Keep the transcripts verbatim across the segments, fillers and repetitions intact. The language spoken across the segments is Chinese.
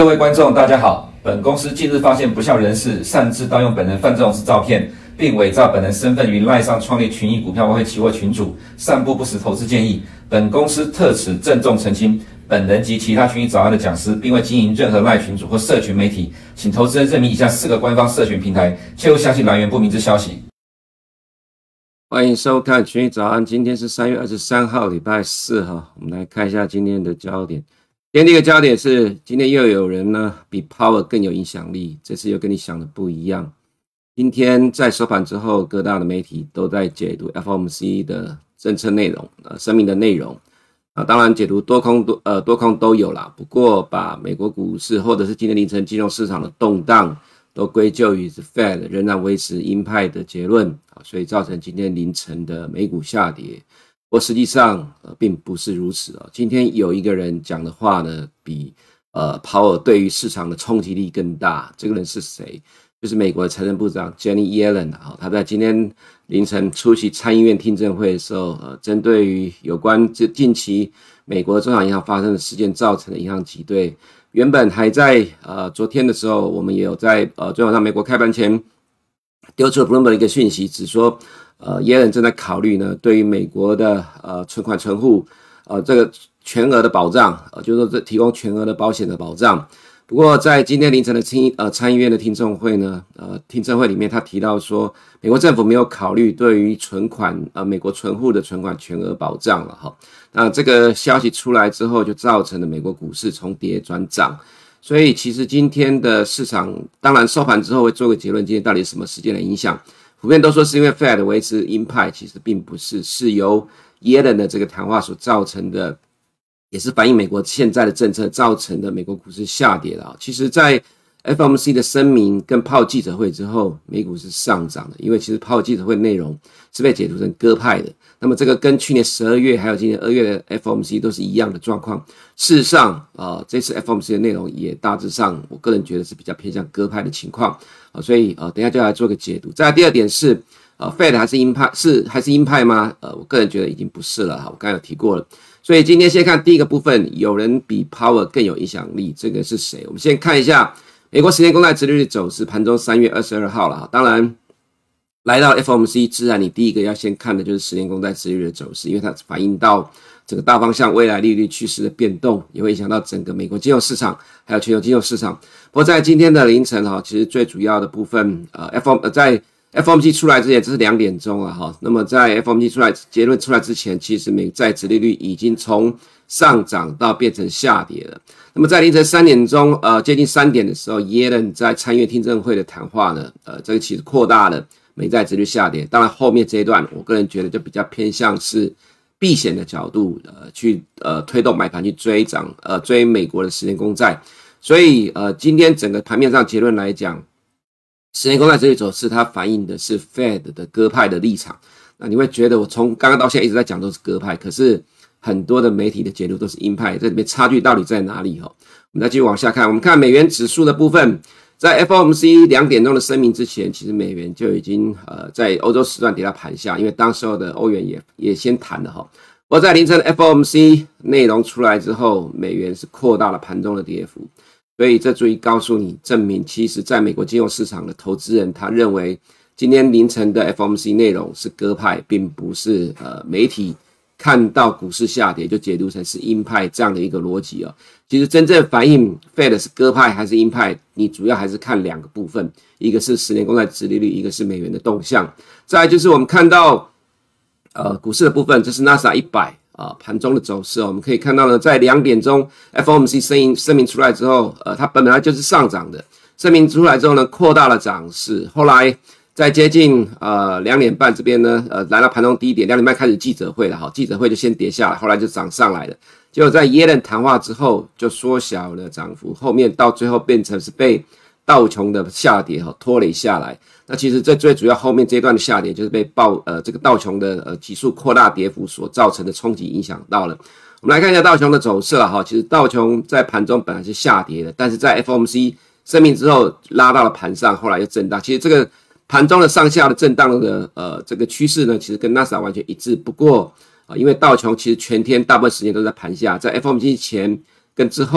各位观众，大家好。本公司近日发现不肖人士擅自盗用本人范仲式照片，并伪造本人身份于 LINE 上创立群益股票外汇期货群组，散布不实投资建议。本公司特此郑重澄清，本人及其他群益早安的讲师，并未经营任何 LINE 群组或社群媒体，请投资人认明以下四个官方社群平台，切勿相信来源不明之消息。 欢迎收看群益早安，今天是三月二十三号，礼拜四哈。我们来看一下今天的焦点。今天第一个焦点是，今天又有人呢比 Powell 更有影响力，这次又跟你想的不一样。今天在收盘之后，各大的媒体都在解读 F O M C 的政策内容，呃，声明的内容。啊，当然解读多空多呃多空都有啦，不过把美国股市或者是今天凌晨金融市场的动荡都归咎于 Fed 仍然维持鹰派的结论，啊，所以造成今天凌晨的美股下跌。不过实际上呃并不是如此哦。今天有一个人讲的话呢，比呃鲍尔对于市场的冲击力更大。这个人是谁？就是美国的财政部长 Janet Yellen 啊，他在今天凌晨出席参议院听证会的时候，呃，针对于有关近期美国中央银行发生的事件造成的银行挤兑，原本还在呃昨天的时候，我们也有在呃昨天晚上美国开盘前丢出了 Bloomberg 的一个讯息，只说呃耶伦正在考虑呢，对于美国的呃存款存户呃这个全额的保障，呃就是说这提供全额的保险的保障。不过在今天凌晨的参呃参议院的听证会呢，呃听证会里面他提到说，美国政府没有考虑对于存款呃美国存户的存款全额保障了哈。那这个消息出来之后，就造成了美国股市从跌转涨。所以其实今天的市场，当然收盘之后会做个结论，今天到底什么事件的影响？普遍都说是因为 Fed 维持鹰派，其实并不是，是由耶伦的这个谈话所造成的，也是反映美国现在的政策造成的美国股市下跌了。其实在 F O M C 的声明跟鲍记者会之后，美股是上涨的，因为其实鲍记者会内容是被解读成鸽派的。那么这个跟去年十二月还有今年二月的 F O M C 都是一样的状况。事实上，呃，这次 F O M C 的内容也大致上，我个人觉得是比较偏向鸽派的情况。呃、所以呃，等一下就来做个解读。再来第二点是，呃 ，Fed 还是鹰派，是还是鹰派吗？呃，我个人觉得已经不是了哈，我刚才有提过了。所以今天先看第一个部分，有人比 Powell 更有影响力，这个是谁？我们先看一下美国十年公债殖利率走势，盘中三月二十二号了。当然，来到 F O M C， 自然你第一个要先看的就是十年公债殖利率的走势，因为它反映到整个大方向未来利率趋势的变动，也会影响到整个美国金融市场，还有全球金融市场。不过在今天的凌晨哈，其实最主要的部分，呃 ，F O M 在 F O M C 出来之前，这是两点钟了哈。那么在 F O M C 出来结论出来之前，其实美债殖利率已经从上涨到变成下跌了。那么在凌晨三点钟，呃，接近三点的时候，耶伦在参议院听证会的谈话呢，呃，这个其实扩大了美债殖利率下跌。当然后面这一段，我个人觉得就比较偏向是避险的角度，呃，去呃推动买盘去追涨，呃，追美国的十年公债。所以呃，今天整个盘面上结论来讲，十年公债殖利率走势，它反映的是 Fed 的鸽派的立场。那你会觉得我从刚刚到现在一直在讲都是鸽派，可是很多的媒体的解读都是鹰派，这里面差距到底在哪里？我们再继续往下看，我们看美元指数的部分，在 F O M C 两点钟的声明之前，其实美元就已经呃在欧洲时段跌到盘下，因为当时候的欧元也也先弹了哈。不过在凌晨 F O M C 内容出来之后，美元是扩大了盘中的跌幅。所以这足以告诉你，证明其实在美国金融市场的投资人，他认为今天凌晨的 F O M C 内容是鸽派，并不是呃媒体看到股市下跌就解读成是鹰派这样的一个逻辑哦。其实真正反映 Fed 是鸽派还是鹰派，你主要还是看两个部分，一个是十年公债殖利率，一个是美元的动向。再来就是我们看到呃股市的部分，这是 Nasdaq 一百。啊，盘中的走势哦，我们可以看到呢，在两点钟 F O M C 声音声明出来之后，呃，它本来就是上涨的，声明出来之后呢，扩大了涨势。后来在接近呃两点半这边呢，呃，来到盘中低点，两点半开始记者会了，哈，记者会就先跌下来，后来就涨上来了。结果在耶伦谈话之后，就缩小了涨幅，后面到最后变成是被道琼的下跌哈拖累下来。那其实这最主要后面这一段的下跌，就是被报呃这个道琼的呃指数扩大跌幅所造成的冲击影响到了。我们来看一下道琼的走势了哈，其实道琼在盘中本来是下跌的，但是在 F O M C 声明之后拉到了盘上，后来又震荡。其实这个盘中的上下的震荡的呃这个趋势呢，其实跟 Nasdaq 完全一致。不过啊、呃，因为道琼其实全天大部分时间都在盘下，在 F O M C 前跟之后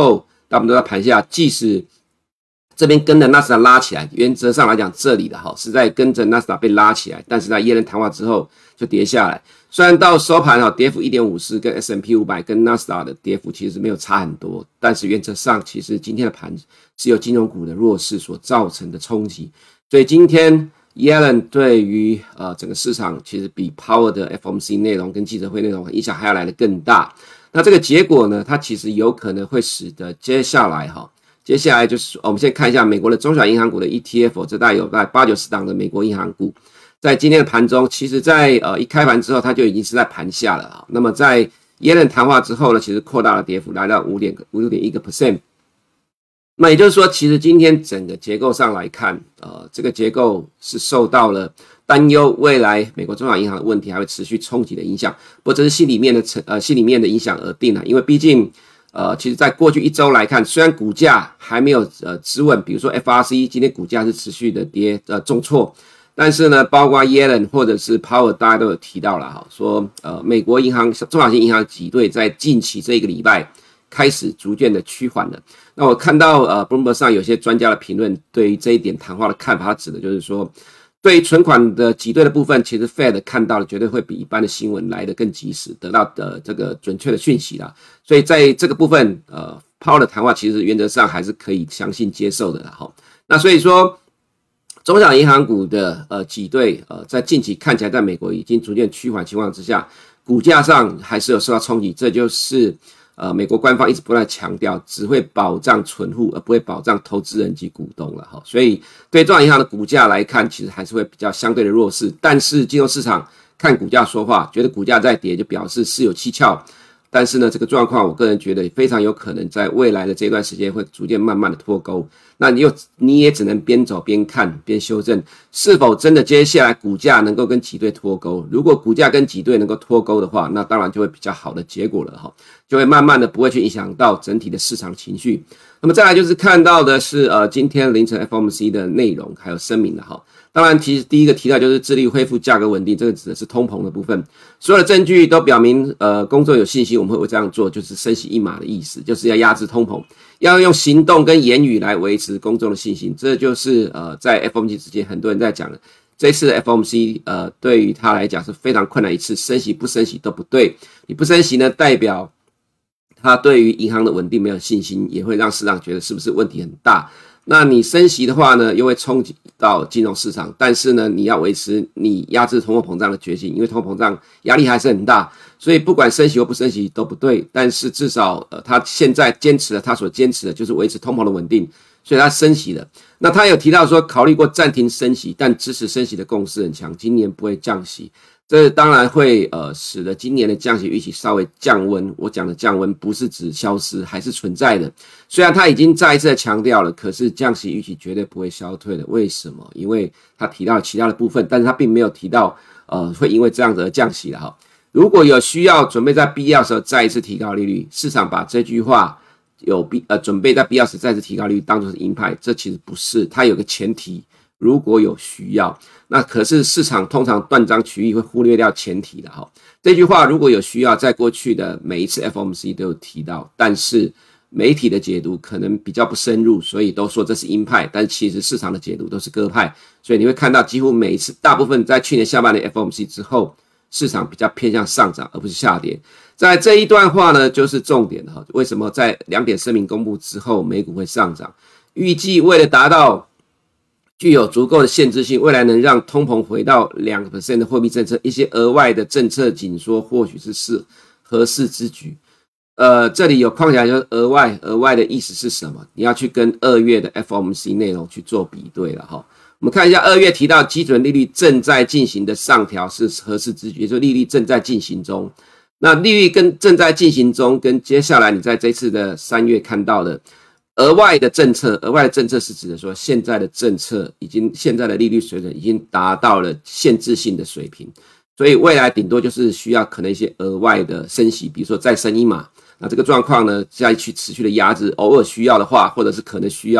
大部分都在盘下，即使这边跟着纳斯达拉起来，原则上来讲，这里的哈是在跟着纳斯达被拉起来，但是在耶伦谈话之后就跌下来。虽然到收盘哈跌幅 一点五四， 跟 S and P 五百 跟纳斯达的跌幅其实没有差很多，但是原则上其实今天的盘是由金融股的弱势所造成的冲击，所以今天耶伦对于呃整个市场其实比 Powell 的 F O M C 内容跟记者会内容影响还要来得更大。那这个结果呢，它其实有可能会使得接下来哈。接下来就是、哦、我们先看一下美国的中小银行股的 E T F， 这大概有大概八九十档的美国银行股，在今天的盘中，其实在呃一开盘之后，它就已经是在盘下了啊。那么在耶伦谈话之后呢，其实扩大了跌幅，来到 五点一个 percent。那也就是说，其实今天整个结构上来看，呃，这个结构是受到了担忧未来美国中小银行的问题还会持续冲击的影响。不过这是心里面的呃心里面的影响而定了，因为毕竟。呃，其实在过去一周来看，虽然股价还没有呃止稳，比如说 F R C 今天股价是持续的跌呃重挫，但是呢，包括耶伦或者是 Powell 大家都有提到了哈，说呃美国银行中小型银行挤兑在近期这一个礼拜开始逐渐的趋缓了。那我看到呃 Bloomberg 上有些专家的评论对于这一点谈话的看法，他指的就是说。对于存款的挤兑的部分，其实 Fed 看到的绝对会比一般的新闻来得更及时，得到的这个准确的讯息啦。所以在这个部分，呃 ，Powell 的谈话其实原则上还是可以相信接受的啦。哈，那所以说，中小银行股的呃挤兑，呃，在近期看起来在美国已经逐渐趋缓情况之下，股价上还是有受到冲击，这就是。呃，美国官方一直不断强调，只会保障存户，而不会保障投资人及股东了哈。所以对中小银行的股价来看，其实还是会比较相对的弱势。但是金融市场看股价说话，觉得股价在跌，就表示事有蹊跷。但是呢，这个状况我个人觉得非常有可能在未来的这段时间会逐渐慢慢的脱钩。那你又你也只能边走边看边修正，是否真的接下来股价能够跟挤兑脱钩？如果股价跟挤兑能够脱钩的话，那当然就会比较好的结果了哈，就会慢慢的不会去影响到整体的市场情绪。那么再来就是看到的是呃今天凌晨 F O M C 的内容还有声明了哈。当然，其实第一个提到就是致力恢复价格稳定，这个指的是通膨的部分。所有的证据都表明，呃，公众有信心，我们会这样做，就是升息一码的意思，就是要压制通膨，要用行动跟言语来维持公众的信心。这就是呃，在 F O M C 之前，很多人在讲的，这次的 F O M C， 呃，对于他来讲是非常困难一次，升息不升息都不对。你不升息呢，代表他对于银行的稳定没有信心，也会让市场觉得是不是问题很大。那你升息的话呢，又会冲击到金融市场，但是呢，你要维持你压制通货膨胀的决心，因为通货膨胀压力还是很大，所以不管升息或不升息都不对。但是至少呃，他现在坚持了，他所坚持的就是维持通膨的稳定，所以他升息了。那他有提到说，考虑过暂停升息，但支持升息的共识很强，今年不会降息。这当然会呃使得今年的降息预期稍微降温。我讲的降温不是指消失，还是存在的。虽然他已经再一次的强调了，可是降息预期绝对不会消退的。为什么？因为他提到了其他的部分，但是他并没有提到呃会因为这样子而降息了哈。如果有需要，准备在必要的时候再一次提高利率，市场把这句话有必呃准备在必要时再次提高利率当作是鹰派，这其实不是，它有个前提。如果有需要，那可是市场通常断章取义会忽略掉前提的哈。这句话如果有需要，在过去的每一次 F O M C 都有提到，但是媒体的解读可能比较不深入，所以都说这是鹰派，但是其实市场的解读都是鸽派，所以你会看到几乎每一次，大部分在去年下半年 F O M C 之后，市场比较偏向上涨而不是下跌。在这一段话呢，就是重点哈。为什么在两点声明公布之后，美股会上涨？预计为了达到具有足够的限制性，未来能让通膨回到 百分之二 的货币政策，一些额外的政策紧缩或许是是合适之举。呃，这里有框起来就是额外，额外的意思是什么？你要去跟二月的 F O M C 内容去做比对了哈。我们看一下二月提到基准利率正在进行的上调是合适之举，也就是利率正在进行中。那利率跟正在进行中，跟接下来你在这次的三月看到的额外的政策，额外的政策是指的说，现在的政策已经，现在的利率水准已经达到了限制性的水平，所以未来顶多就是需要可能一些额外的升息，比如说再升一码。那这个状况呢，再去持续的压制，偶尔需要的话，或者是可能需要，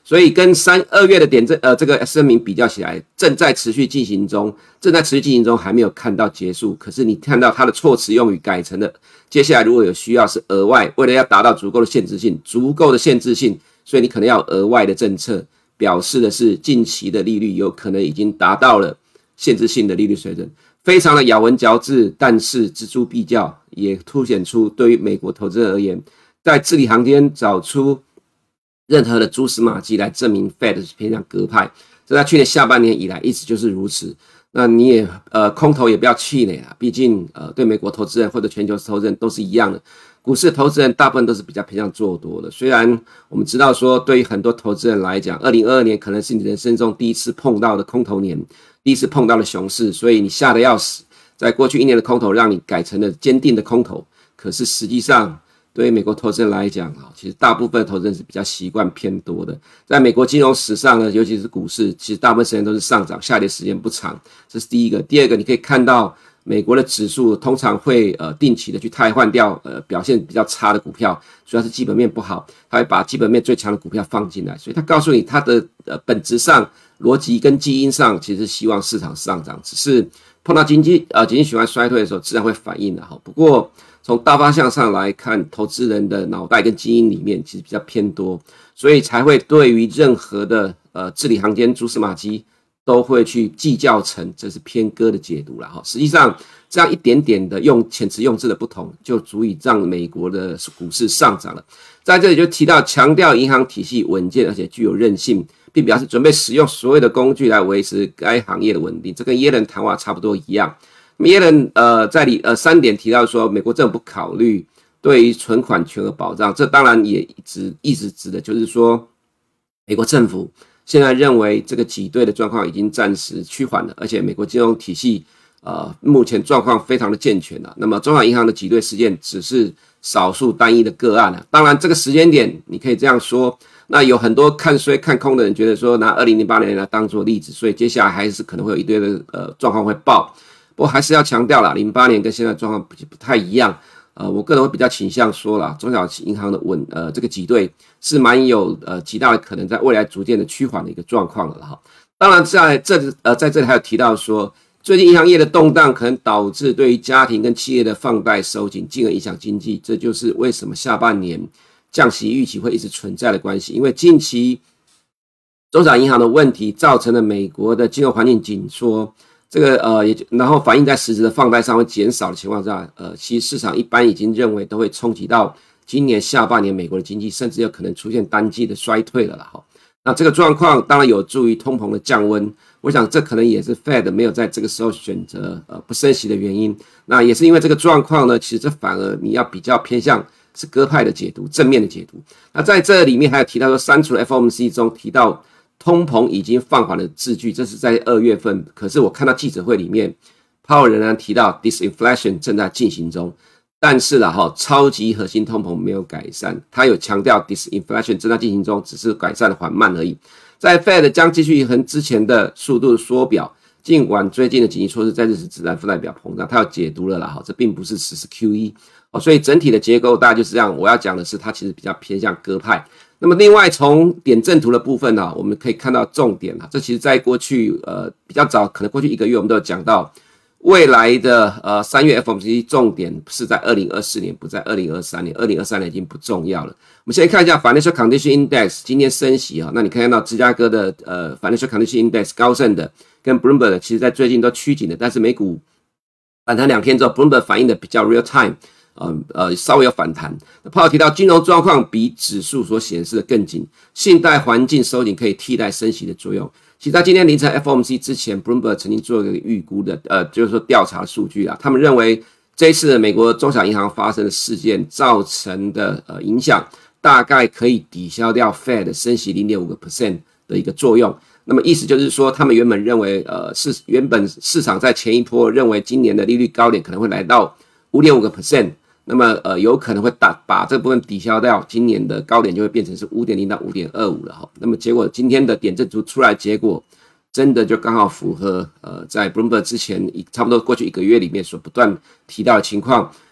所以跟三二月的点阵呃这个声明比较起来，正在持续进行中，正在持续进行中，还没有看到结束。可是你看到它的措辞用语改成了，接下来如果有需要是额外，为了要达到足够的限制性，足够的限制性，所以你可能要有额外的政策，表示的是近期的利率有可能已经达到了限制性的利率水准，非常的咬文嚼字，但是锱铢必较，也凸显出对于美国投资人而言，在字里行间找出任何的蛛丝马迹来证明 Fed 是偏向鸽派，这在去年下半年以来一直就是如此。那你也呃空头也不要气馁啦，毕竟呃对美国投资人或者全球投资人都是一样的，股市的投资人大部分都是比较偏向做多的。虽然我们知道说对于很多投资人来讲，二零二二年可能是你人生中第一次碰到的空头年，第一次碰到的熊市，所以你吓得要死。在过去一年的空头让你改成了坚定的空头，可是实际上对于美国投资人来讲，其实大部分投资人是比较习惯偏多的。在美国金融史上呢，尤其是股市，其实大部分时间都是上涨，下跌时间不长，这是第一个。第二个，你可以看到美国的指数通常会呃定期的去汰换掉呃表现比较差的股票，主要是基本面不好，它会把基本面最强的股票放进来，所以它告诉你它的呃本质上逻辑跟基因上其实希望市场上涨，只是碰到经济呃经济循环衰退的时候自然会反应的哈。不过从大方向上来看，投资人的脑袋跟基因里面其实比较偏多，所以才会对于任何的呃字里行间蛛丝马迹都会去计较成这是偏鸽的解读啦哈。实际上这样一点点的用遣词用字的不同，就足以让美国的股市上涨了。在这里就提到强调银行体系稳健而且具有韧性，并表示准备使用所有的工具来维持该行业的稳定，这跟耶伦谈话差不多一样。耶伦呃在里呃三点提到说，美国政府不考虑对于存款全额保障，这当然也指一直指的就是说，美国政府现在认为这个挤兑的状况已经暂时趋缓了，而且美国金融体系呃目前状况非常的健全了。那么中小银行的挤兑事件只是少数单一的个案了。当然这个时间点你可以这样说，那有很多看衰看空的人觉得说拿二零零八年来当作例子，所以接下来还是可能会有一堆的呃状况会爆。不过还是要强调啦，零八年跟现在状况不不太一样。呃，我个人会比较倾向说啦，中小银行的稳呃这个挤兑是蛮有呃极大的可能在未来逐渐的趋缓的一个状况了哈。当然在这呃在这里还有提到说，最近银行业的动荡可能导致对于家庭跟企业的放贷收紧，进而影响经济，这就是为什么下半年降息预期会一直存在的关系。因为近期中小银行的问题造成了美国的金融环境紧缩。这个呃，也然后反映在实质的放贷上会减少的情况下，呃，其实市场一般已经认为都会冲击到今年下半年美国的经济，甚至有可能出现单季的衰退了啦哈。那这个状况当然有助于通膨的降温，我想这可能也是 Fed 没有在这个时候选择呃不升息的原因。那也是因为这个状况呢，其实这反而你要比较偏向是鸽派的解读，正面的解读。那在这里面还有提到说，删除了 F O M C 中提到通膨已经放缓的字句，这是在二月份。可是我看到记者会里面，鲍尔仍然提到 disinflation 正在进行中，但是啦哈，超级核心通膨没有改善。他有强调 disinflation 正在进行中，只是改善缓慢而已。在 Fed 将继续和之前的速度缩表，尽管最近的紧急措施在日子自然负债表膨胀，他要解读了啦哈，这并不是只是 Q E 哦，所以整体的结构大概就是这样。我要讲的是，它其实比较偏向鸽派。那么另外从点阵图的部分呢、啊，我们可以看到重点啊，这其实在过去呃比较早，可能过去一个月我们都有讲到，未来的呃三月 F O M C 重点是在二零二四年，不在二零二三年，二零二三年已经不重要了。我们先看一下 Financial Condition Index 今天升息啊，那你看到芝加哥的呃 Financial Condition Index 高盛的跟 Bloomberg 其实在最近都趋紧的，但是美股反弹两天之后 ，Bloomberg 反映的比较 real time。呃呃，稍微有反弹。那鲍尔提到，金融状况比指数所显示的更紧，信贷环境收紧可以替代升息的作用。其实在今天凌晨 F O M C 之前 ，Bloomberg 曾经做一个预估的，呃，就是说调查数据啊，他们认为这一次的美国中小银行发生的事件造成的呃影响，大概可以抵消掉 Fed 升息 百分之零点五 的一个作用。那么意思就是说，他们原本认为，呃，是原本市场在前一波认为今年的利率高点可能会来到 百分之五点五。那么呃有可能会打把这部分抵消掉，今年的高点就会变成是 五点零 到 五点二五 了哈。那么结果今天的点阵图出来，结果真的就刚好符合呃在 Bloomberg 之前差不多过去一个月里面所不断提到的情况，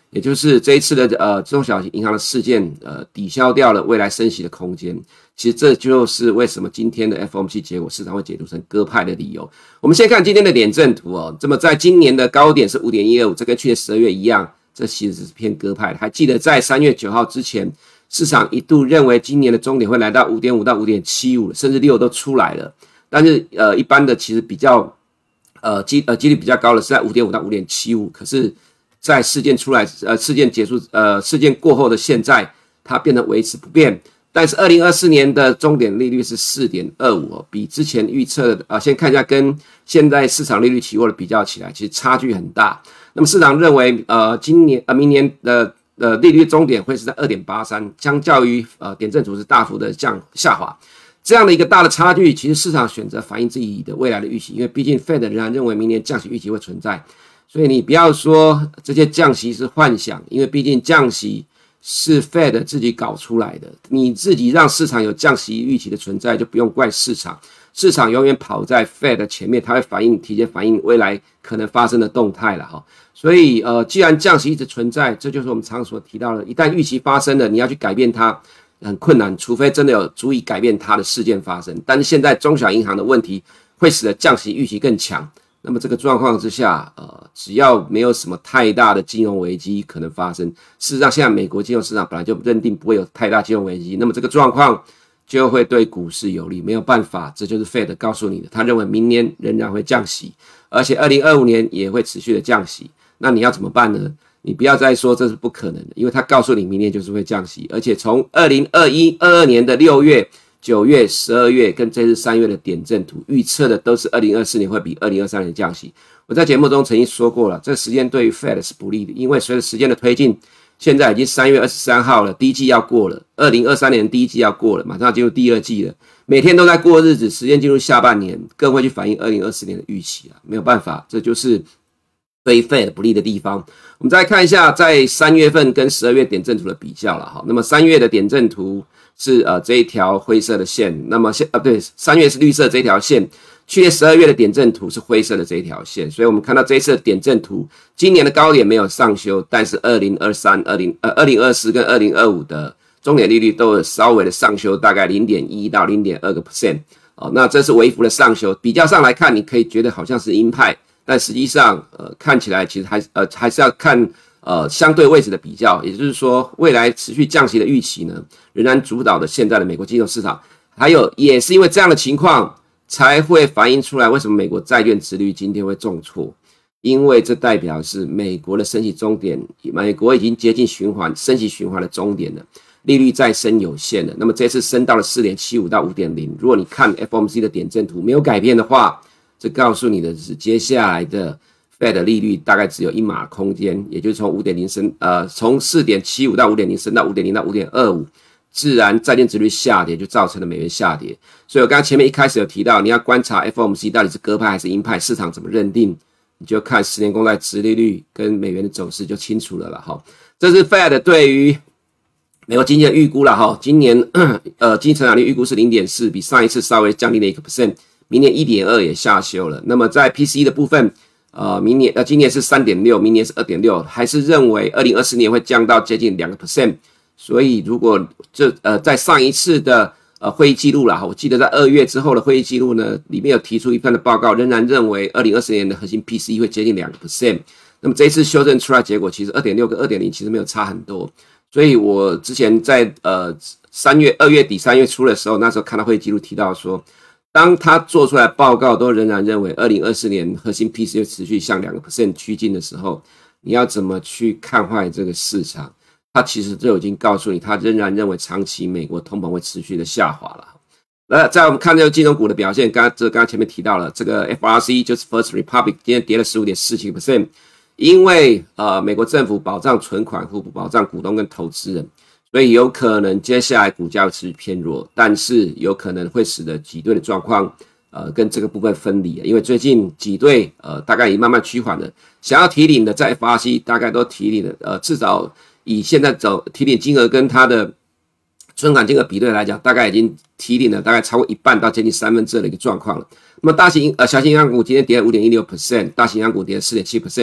也就是这一次的呃中小型银行的事件，呃抵消掉了未来升息的空间。其实这就是为什么今天的 F O M C 结果市场会解读成鸽派的理由。我们先看今天的点阵图哦，这么在今年的高点是 五点一二五， 这跟去年十二月一样，这其实是偏鸽派的。还记得在三月九号之前，市场一度认为今年的终点会来到 五点五 到 五点七五， 甚至六都出来了。但是呃一般的其实比较呃几呃几率比较高的是在 五点五 到 五点七五， 可是在事件出来呃事件结束呃事件过后的现在，它变得维持不变。但是二零二四年的终点利率是 四点二五、哦、比之前预测的呃先看一下跟现在市场利率期货的比较起来，其实差距很大。那么市场认为呃今年呃明年的呃利率终点会是在 二点八三， 相较于呃点阵图是大幅的降下滑。这样的一个大的差距，其实市场选择反映自己的未来的预期，因为毕竟 Fed 仍然认为明年降息预期会存在，所以你不要说这些降息是幻想，因为毕竟降息是 Fed 自己搞出来的，你自己让市场有降息预期的存在，就不用怪市场。市场永远跑在 Fed 前面，它会反映提前反映未来可能发生的动态了哈。所以呃，既然降息一直存在，这就是我们常所提到的，一旦预期发生了，你要去改变它很困难，除非真的有足以改变它的事件发生。但是现在中小银行的问题会使得降息预期更强。那么这个状况之下，呃，只要没有什么太大的金融危机可能发生，事实上现在美国金融市场本来就认定不会有太大金融危机，那么这个状况就会对股市有利。没有办法，这就是 Fed 告诉你的，他认为明年仍然会降息，而且二零二五年也会持续的降息。那你要怎么办呢？你不要再说这是不可能的，因为他告诉你明年就是会降息，而且从二零二一、二二年的六月、九月、十二月跟这次三月的点阵图预测的都是二零二四年会比二零二三年降息。我在节目中曾经说过了，这个时间对于 Fed 是不利的，因为随着时间的推进，现在已经三月二十三号了，第一季要过了，二零二三年第一季要过了，马上进入第二季了，每天都在过日子，时间进入下半年，更会去反映二零二四年的预期啊，没有办法，这就是对于 Fed 不利的地方。我们再看一下在三月份跟十二月点阵图的比较了哈。那么三月的点阵图是呃这一条灰色的线，那么现呃对，三月是绿色这一条线，去年十二月的点阵图是灰色的这一条线，所以我们看到这一次的点阵图，今年的高点没有上修，但是二零二三、二零呃二零二四跟二零二五的终点利率都有稍微的上修，大概 零点一 到 零点二 个 percent 哦，那这是微幅的上修，比较上来看，你可以觉得好像是鹰派。但实际上，呃，看起来其实还呃还是要看呃相对位置的比较，也就是说，未来持续降息的预期呢，仍然主导的现在的美国金融市场，还有也是因为这样的情况，才会反映出来为什么美国债券殖利率今天会重挫，因为这代表是美国的升息终点，美国已经接近循环升息循环的终点了，利率再升有限了，那么这次升到了 四点七五 到 五点零， 如果你看 F O M C 的点阵图没有改变的话，这告诉你的是，接下来的 Fed 利率大概只有一码空间，也就是从 五点零 升，呃，从 四点七五 到 五点零 升到 五点零 到 五点二五， 自然债券殖利率下跌就造成了美元下跌。所以我刚刚前面一开始有提到，你要观察 F O M C 到底是鸽派还是鹰派，市场怎么认定，你就看十年公债殖利率跟美元的走势就清楚了啦齁。这是 Fed 对于美国经济的预估啦齁，今年呃经济成长率预估是 零点四， 比上一次稍微降低了 百分之一，明年 一点二 也下修了。那么在 P C E 的部分，呃，明年呃今年是 三点六， 明年是 二点六， 还是认为二零二四年会降到接近 百分之二。所以如果这呃在上一次的呃会议记录啦，我记得在二月之后的会议记录呢，里面有提出一份的报告，仍然认为二零二四年的核心 P C E 会接近 百分之二。那么这一次修正出来结果，其实 二点六 跟 二点零 其实没有差很多。所以我之前在呃三月二月底三月初的时候，那时候看到会议记录提到说，当他做出来报告都仍然认为二零二四年核心 P C E 会持续向 百分之二 趋近的时候，你要怎么去看坏这个市场？他其实就已经告诉你，他仍然认为长期美国通膨会持续的下滑了。那在我们看这个金融股的表现，刚刚这刚刚前面提到了这个 F R C 就是 First Republic 今天跌了 十五点四七个 percent， 因为呃美国政府保障存款户，不保障股东跟投资人。所以有可能接下来股价会持续偏弱，但是有可能会使得挤兑的状况呃跟这个部分分离，因为最近挤兑呃大概已慢慢趋缓了，想要提领的在 F R C 大概都提领了，呃至少以现在走提领金额跟它的存款金额比对来讲，大概已经提领了大概超过一半到接近三分之二的一个状况了。那么大型呃小型银行股今天跌了 百分之五点一六， 大型银行股跌了 百分之四点七，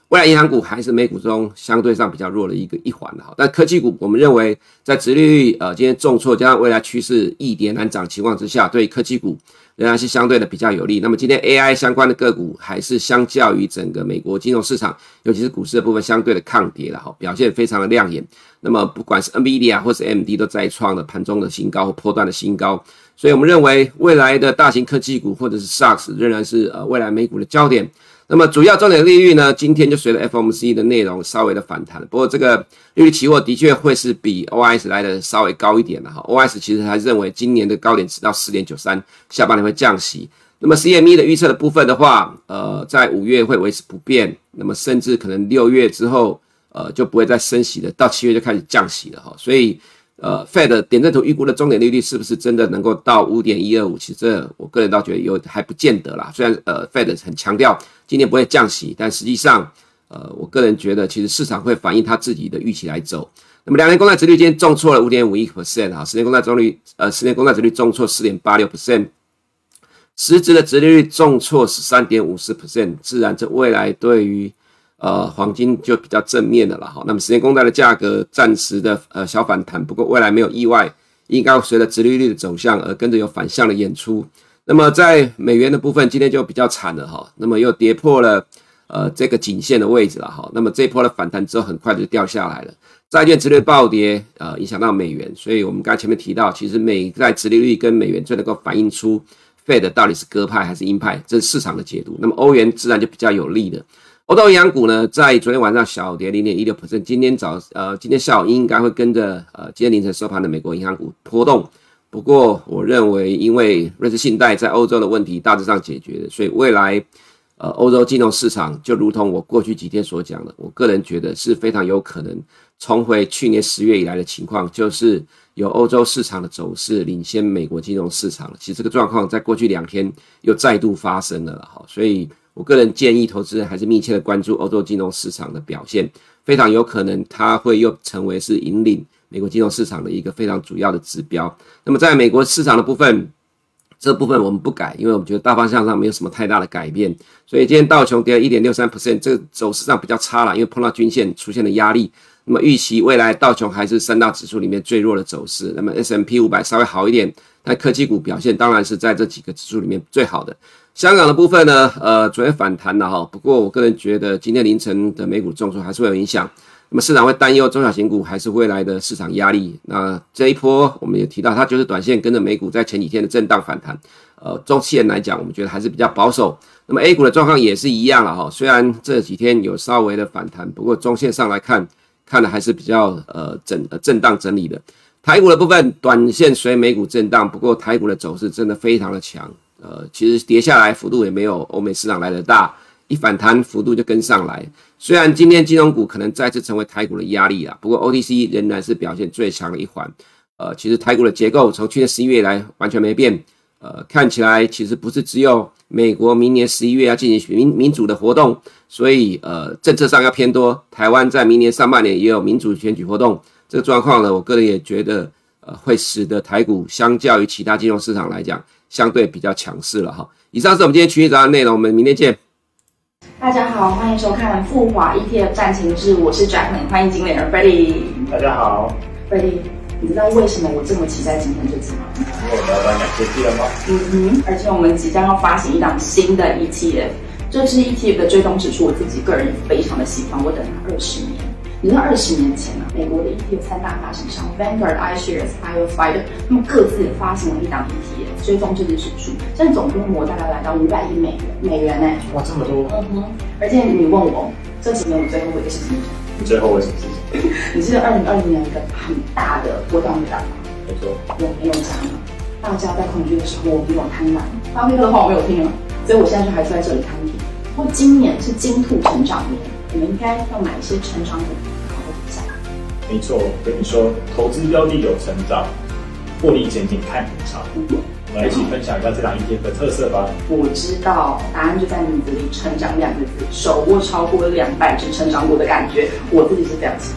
未来银行股还是美股中相对上比较弱的一个一环的哈，但科技股我们认为在殖利率呃今天重挫加上未来趋势易跌难涨情况之下，对科技股仍然是相对的比较有利。那么今天 A I 相关的个股还是相较于整个美国金融市场，尤其是股市的部分相对的抗跌了哈，表现非常的亮眼。那么不管是 NVIDIA 或是 A M D 都再创了盘中的新高或波段的新高，所以我们认为未来的大型科技股或者是 S A A X 仍然是呃未来美股的焦点。那么主要重点利率呢，今天就随着 F O M C 的内容稍微的反弹，不过这个利率期货的确会是比 O I S 来的稍微高一点了哈。O I S 其实还认为今年的高点直到 四点九三， 下半年会降息。那么 C M E 的预测的部分的话，呃，在五月会维持不变，那么甚至可能六月之后，呃，就不会再升息了，到七月就开始降息了哈。所以呃 Fed 点阵图预估的终点利率是不是真的能够到 五点一二五？ 其实这我个人倒觉得有还不见得啦。虽然呃 Fed 很强调今年不会降息，但实际上呃我个人觉得其实市场会反映他自己的预期来走。那么两年公债殖利率今天重挫了 百分之五点五一 哈，十年公债殖利率呃十年公债殖利率重挫 百分之四点八六， 实质的殖利率重挫 百分之十三点五四， 自然这未来对于呃，黄金就比较正面的了哈。那么十年公债的价格暂时的呃小反弹，不过未来没有意外，应该随着殖利率的走向而跟着有反向的演出。那么在美元的部分，今天就比较惨了哈。那么又跌破了呃这个颈线的位置了哈。那么这一波的反弹之后，很快就掉下来了。债券殖利率暴跌，呃，影响到美元，所以我们刚才前面提到，其实美债殖利率跟美元最能够反映出 Fed 到底是鸽派还是鹰派，这是市场的解读。那么欧元自然就比较有利的。欧洲银行股呢，在昨天晚上小跌 百分之零点一六， 今天早呃今天下午应该会跟着呃今天凌晨收盘的美国银行股波动。不过我认为，因为瑞士信贷在欧洲的问题大致上解决了，所以未来呃欧洲金融市场就如同我过去几天所讲的，我个人觉得是非常有可能重回去年十月以来的情况，就是有欧洲市场的走势领先美国金融市场了。其实这个状况在过去两天又再度发生了了哈，所以我个人建议投资人还是密切的关注欧洲金融市场的表现，非常有可能它会又成为是引领美国金融市场的一个非常主要的指标。那么在美国市场的部分，这部分我们不改，因为我们觉得大方向上没有什么太大的改变，所以今天道琼跌了 一点六三， 这个走势上比较差了，因为碰到均线出现了压力。那么预期未来道琼还是三大指数里面最弱的走势，那么 S and P 五百 稍微好一点，但科技股表现当然是在这几个指数里面最好的。香港的部分呢，呃，昨天反弹了哈，不过我个人觉得今天凌晨的美股重挫还是会有影响。那么市场会担忧中小型股还是未来的市场压力。那这一波我们也提到，它就是短线跟着美股在前几天的震荡反弹。呃，中线来讲，我们觉得还是比较保守。那么 A 股的状况也是一样了哈，虽然这几天有稍微的反弹，不过中线上来看，看的还是比较呃震呃震荡整理的。台股的部分，短线随美股震荡，不过台股的走势真的非常的强。呃，其实跌下来幅度也没有欧美市场来的大，一反弹幅度就跟上来。虽然今天金融股可能再次成为台股的压力啦，不过 O T C 仍然是表现最强的一环。呃，其实台股的结构从去年十一月以来完全没变。呃，看起来其实不是只有美国明年十一月要进行民民主的活动，所以呃政策上要偏多。台湾在明年上半年也有民主选举活动，这个状况呢，我个人也觉得呃会使得台股相较于其他金融市场来讲，相对比较强势了哈。以上是我们今天群益早上的内容，我们明天见。 大家好，欢迎收看富华 E T F 战情志，我是转恒，欢迎经理人 Freddie。 大家好 ，Freddie，你知道为什么我这么期待今天这集吗？ 因为我们要来买科技了吗？ 嗯哼，而且我们即将要发行一档新的 E T F， 这支 E T F 的追踪指数我自己个人也非常的喜欢，我等了二十年。你知道二十年前啊，美国的 E T F 三大发行商 Vanguard、iShares、I O Spider， 他们各自发行了一档 E T F， 追踪这支指数，现在总规模大概来到五百亿美元，美元哎、欸， 哇，这么多！ 嗯哼，而且你问我这几年我最后悔的事情， 你最后悔什么事情？ 你记得二零二零年有一个很大的波段感吗？ 没错， 我没有加码，大家在恐惧的时候我没有贪婪，巴菲特的话我没有听了，所以我现在就还是在这里摊平。不过今年是金兔成长年，我们应该要买一些成长股。 没错，我跟你说，投资标的有成长，获利前景看很长。我们来一起分享一下这档 E T F 的特色吧。 我知道，答案就在名字里，成长两个字，手握超过两百只成长股的感觉，我自己是非常期待。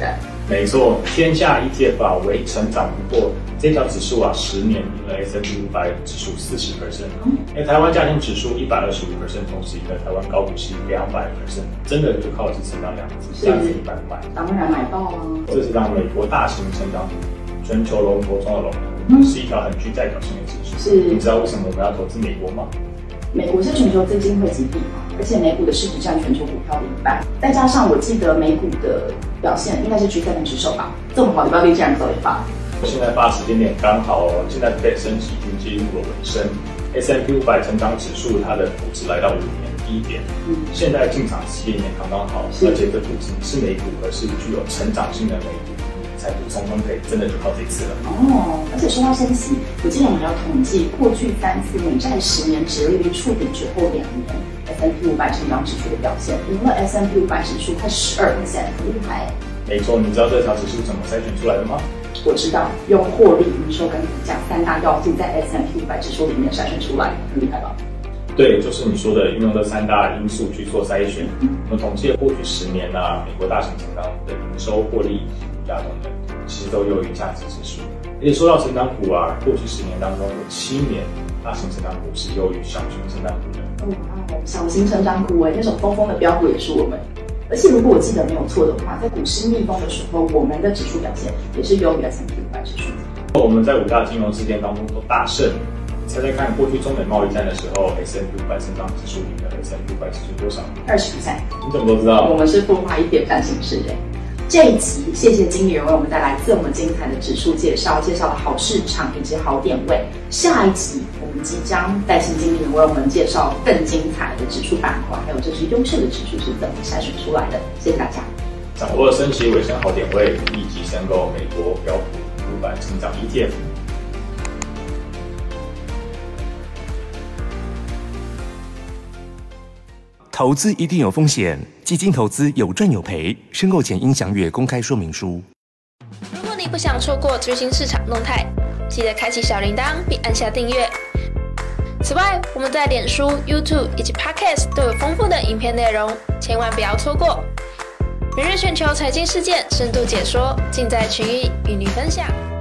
没错，天下 E T F 啊为成长不破，这条指数啊十年赢了 S and P 五百指数四十 percent， 而台湾加权指数一百二十五 percent， 同时赢了台湾高股息两百 percent， 真的就靠的是成长两个字，这样子你买不买？ 当然买爆啊！ 这是让美国大型成长股，全球龙头中的龙头，嗯、是一条很具代表性的指数。是，你知道为什么我们要投资美国吗？ 美国是全球资金汇集地嘛，而且美股的市值占全球股票的一半，再加上我记得美股的表现应该是 G 七 之首吧，这么好的标的竟然走一发。 现在发时间点刚好哦，现在Fed升息已经进入了尾声 ，S and P 五百成长指数它的估值来到五年低点，嗯，现在进场时间点刚刚好，而且这估值是美股，而是具有成长性的美股。财富重分配真的就靠这一次了哦！而且说到升息，我记得我们要统计过去三次美债十年殖利率触顶之后两年 S and P 五百成长指数的表现，赢了 S and P 五百指数快十二 percent， 很厉害。 没错，你知道这条指数怎么筛选出来的吗？ 我知道，用获利、营收跟股价三大要素在 S and P 五百指数里面筛选出来，很厉害吧？对， 就是你说的运用这三大因素去做筛选。我们统计了过去十年啊，美国大型成长的营收、获利、股价等等，其实都优于价值指数。而且说到成长股啊，过去十年当中有七年大型成长股是优于小型成长股的。 哦，小型成长股哎，那种疯疯的标股也是我们。而且如果我记得没有错的话，在股市逆风的时候，我们的指数表现也是优于 S and P 五百指数。 我们在五大金融事件当中都大胜。猜猜看，过去中美贸易战的时候 ，S and P 五百成长指数赢了 S and P 五百指数多少？ 二十 percent。 你怎么都知道？ 我们是孵化一点半形式的。这一集，谢谢经理人为我们带来这么精彩的指数介绍，介绍了好市场以及好点位。下一集，我们即将带新经理人为我们介绍更精彩的指数板块，还有这支优秀的指数是怎么筛选出来的。谢谢大家。 掌握升息尾声好点位，立即申购美国标普五百成长 E T F。 投资一定有风险，基金投资有赚有赔，申购前应详阅公开说明书。 如果你不想错过最新市场动态，记得开启小铃铛并按下订阅。此外，我们在脸书、YouTube 以及 Podcast 都有丰富的影片内容，千万不要错过。每日全球财经事件深度解说，尽在群益与你分享。